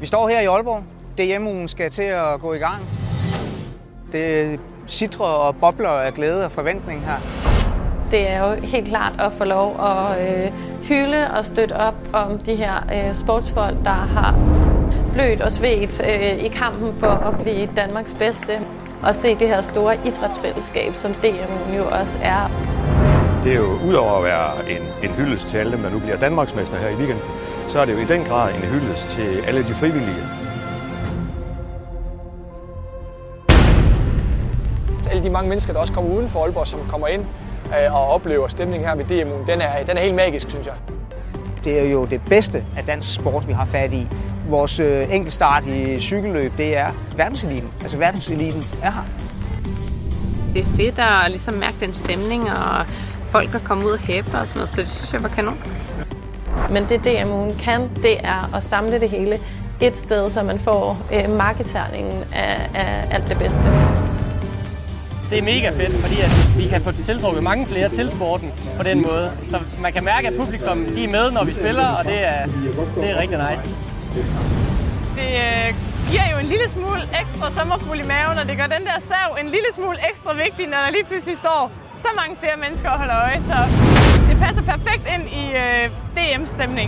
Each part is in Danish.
Vi står her i Aalborg. DM-ugen skal til at gå i gang. Det sitrer og bobler af glæde og forventning her. Det er jo helt klart at få lov at hylde og støtte op om de her sportsfolk, der har blødt og svedt i kampen for at blive Danmarks bedste. Og se det her store idrætsfællesskab, som DM-ugen jo også er. Det er jo udover at være en hyldest til alle dem, der nu bliver Danmarksmester her i weekenden, så er det jo i den grad en hyldest til alle de frivillige. Alle de mange mennesker, der også kommer uden for Aalborg, som kommer ind og oplever stemningen her ved DM-ugen, den er helt magisk, synes jeg. Det er jo det bedste af dansk sport, vi har fat i. Vores enkeltstart i cykelløb, det er verdenseliten. Altså verdenseliten er her. Det er fedt at ligesom mærke den stemning, og folk er kommet ud og hæppe og sådan noget, så det synes jeg var kanon. Men det DM-ugen kan, det er at samle det hele et sted, så man får marketerningen af alt det bedste. Det er mega fedt, fordi at vi kan få tiltrukket mange flere til sporten på den måde. Så man kan mærke, at publikum de er med, når vi spiller, og det er rigtig nice. Det giver jo en lille smule ekstra sommerfugl i maven, og det gør den der sav en lille smule ekstra vigtig, når der lige pludselig står så mange flere mennesker og holder øje. Så det passer perfekt ind i DM-stemning.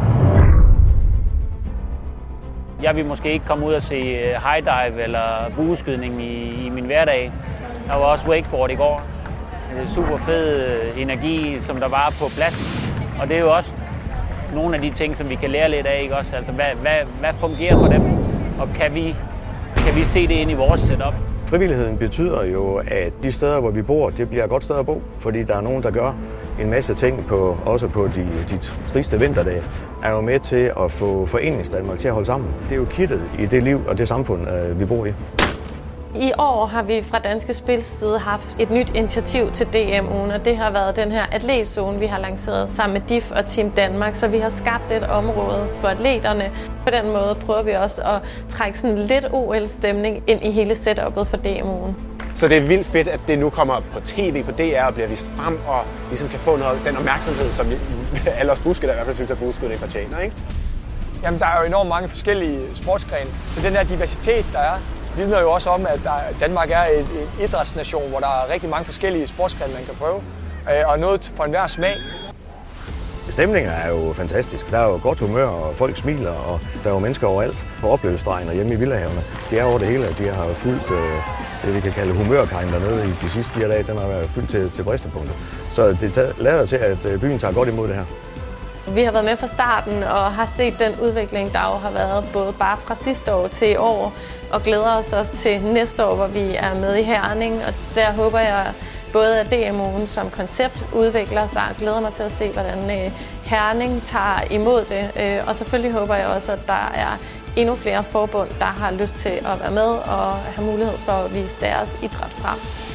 Jeg vil måske ikke komme ud og se high dive eller bueskydning i min hverdag. Der var også wakeboard i går. Super fed energi, som der var på pladsen. Og det er jo også nogle af de ting, som vi kan lære lidt af, ikke også? Altså, hvad fungerer for dem? Og kan vi se det ind i vores setup? Frivilligheden betyder jo, at de steder, hvor vi bor, det bliver et godt sted at bo. Fordi der er nogen, der gør en masse ting, også på de triste vinterdage, er jo med til at få Foreningsdanmark til at holde sammen. Det er jo kittet i det liv og det samfund, vi bor i. I år har vi fra Danske Spils side haft et nyt initiativ til DM-ugen, og det har været den her atletsone, vi har lanceret sammen med DIF og Team Danmark, så vi har skabt et område for atleterne. På den måde prøver vi også at trække sådan lidt OL-stemning ind i hele setup'et for DM-ugen. Så det er vildt fedt, at det nu kommer på tv, på DR og bliver vist frem, og ligesom kan få den opmærksomhed, som alle os buskere, der i hvert fald synes, at buskerne fortjener, ikke? Jamen, der er jo enormt mange forskellige sportsgrene, så den her diversitet, der er, vidner jo også om, at Danmark er en idrætsnation, hvor der er rigtig mange forskellige sportsgrene, man kan prøve, og noget for enhver smag. Stemningen er jo fantastisk. Der er jo godt humør, og folk smiler, og der er jo mennesker overalt på oplevelsesstregen og hjemme i villahaverne. Det er over det hele, at de har fulgt det, vi kan kalde humørkajen dernede i de sidste 4 dage. Den har været fyldt til bristepunktet. Så det lader til, at byen tager godt imod det her. Vi har været med fra starten og har set den udvikling, der jo har været både bare fra sidste år til i år, og glæder os også til næste år, hvor vi er med i Herning. Og der håber jeg både, at DM-ugen som koncept udvikler sig, og glæder mig til at se, hvordan Herning tager imod det. Og selvfølgelig håber jeg også, at der er endnu flere forbund, der har lyst til at være med og have mulighed for at vise deres idræt frem.